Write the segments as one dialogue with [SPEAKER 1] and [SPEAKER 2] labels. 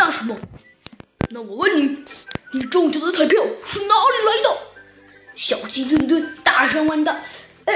[SPEAKER 1] 干什么？那我问你，你中奖的彩票是哪里来的？小鸡墩墩大声问道。我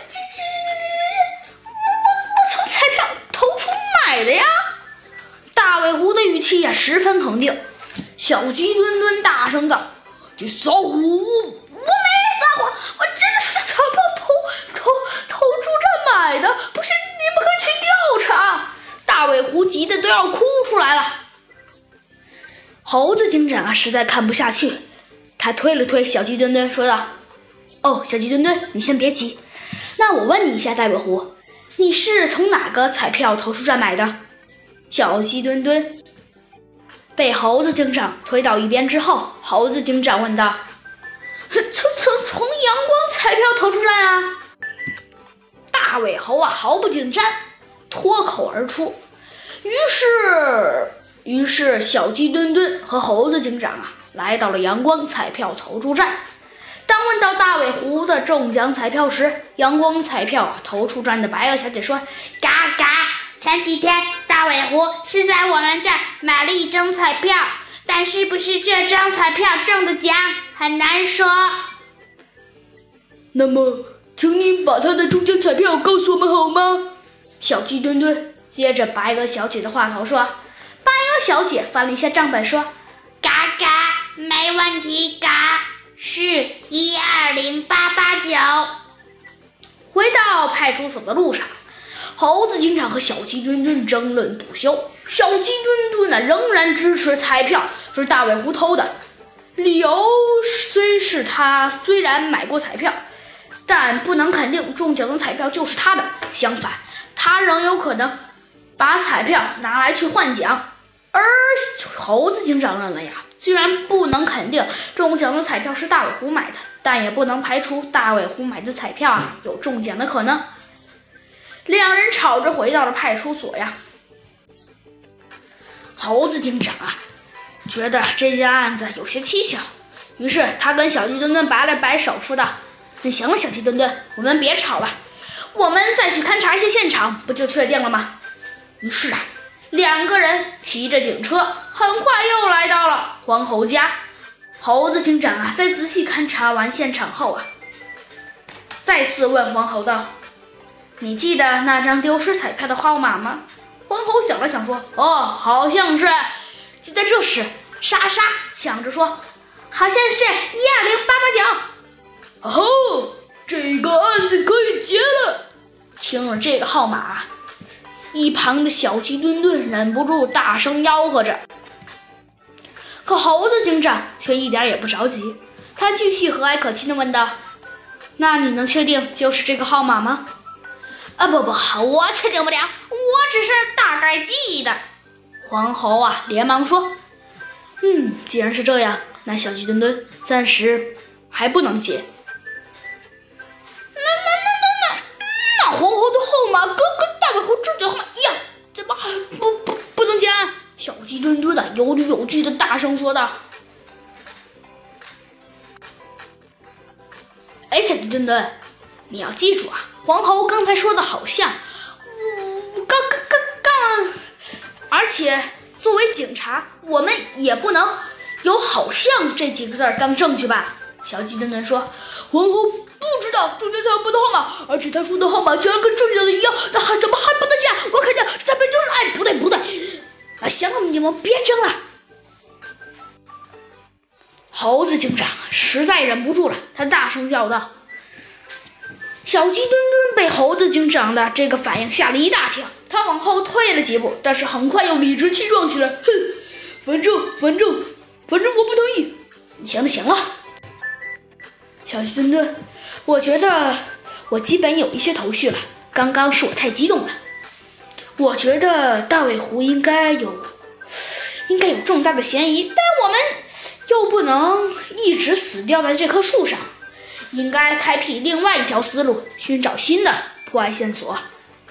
[SPEAKER 1] 从彩票投出买的呀！大尾狐的语气呀十分肯定。小鸡墩墩大声道：“你撒谎！我没撒谎，我真的是在彩票投注站买的，不信你们可以去调查。”大尾狐急得都要哭出来了。猴子警长啊实在看不下去，他推了推小鸡墩墩说道：“哦，小鸡墩墩，你先别急。那我问你一下，大尾狐，你是从哪个彩票投注站买的？”小鸡墩墩被猴子警长推到一边之后，猴子警长问道：“从阳光彩票投注站啊？”大尾猴啊毫不紧张，脱口而出。于是小鸡墩墩和猴子警长啊来到了阳光彩票投注站。当问到大尾狐的中奖彩票时，阳光彩票投注站的白鹅小姐说：“
[SPEAKER 2] 嘎嘎，前几天大尾狐是在我们这儿买了一张彩票，但是不是这张彩票中的奖很难说。”
[SPEAKER 1] 那么请你把他的中奖彩票告诉我们好吗？小鸡墩墩接着白鹅小姐的话头说。白鹅小姐翻了一下账本说：“
[SPEAKER 2] 嘎嘎，没问题，嘎，是120889。”
[SPEAKER 1] 回到派出所的路上，猴子警长和小鸡墩墩争论不休。小鸡墩墩呢仍然支持彩票是大尾狐偷的，理由是他虽然买过彩票，但不能肯定中奖的彩票就是他的，相反他仍有可能把彩票拿来去换奖。而猴子警长认为呀，虽然不能肯定中奖的彩票是大尾狐买的，但也不能排除大尾狐买的彩票有中奖的可能。两人吵着回到了派出所呀。猴子警长啊觉得这件案子有些蹊跷，于是他跟小鸡墩墩摆了摆手说道：“那行了，小鸡墩墩，我们别吵了，我们再去勘察一下现场，不就确定了吗？”于是啊，两个人骑着警车很快又来到了黄猴家。猴子警长啊在仔细勘察完现场后啊，再次问黄猴道：“你记得那张丢失彩票的号码吗？”黄猴想了想说：“哦，好像是。”就在这时，莎莎抢着说：“
[SPEAKER 2] 好像是120889。”
[SPEAKER 1] 哦吼，这个案子可以结了。听了这个号码，一旁的小鸡墩墩忍不住大声吆喝着。可猴子警长却一点也不着急，他继续和蔼可亲地问道：“那你能确定就是这个号码吗？”“不，我确定不了，我只是大概记得。”黄猴啊连忙说：“既然是这样，那小鸡墩墩暂时还不能结。”那黄猴的号码跟大尾狐中奖号码一样，怎么还不能结案？小鸡墩墩的有理有据的大声说道。小鸡墩墩，你要记住啊，黄猴刚才说的好像，而且作为警察，我们也不能有好像这几个字当证据吧？小鸡墩墩说。黄猴不知道中奖彩票的号码，而且他说的号码居然跟中奖的一样，那怎么还不能结？我肯定这彩票就是不对。行了，你们别争了。猴子警长实在忍不住了，他大声叫道。小鸡墩墩被猴子警长的这个反应吓了一大跳，他往后退了几步，但是很快又理直气壮起来。反正我不同意。行了，小鸡墩墩，我觉得我基本有一些头绪了，刚刚是我太激动了。我觉得大尾狐应该有重大的嫌疑，但我们又不能一直死掉在这棵树上，应该开辟另外一条思路，寻找新的破案线索。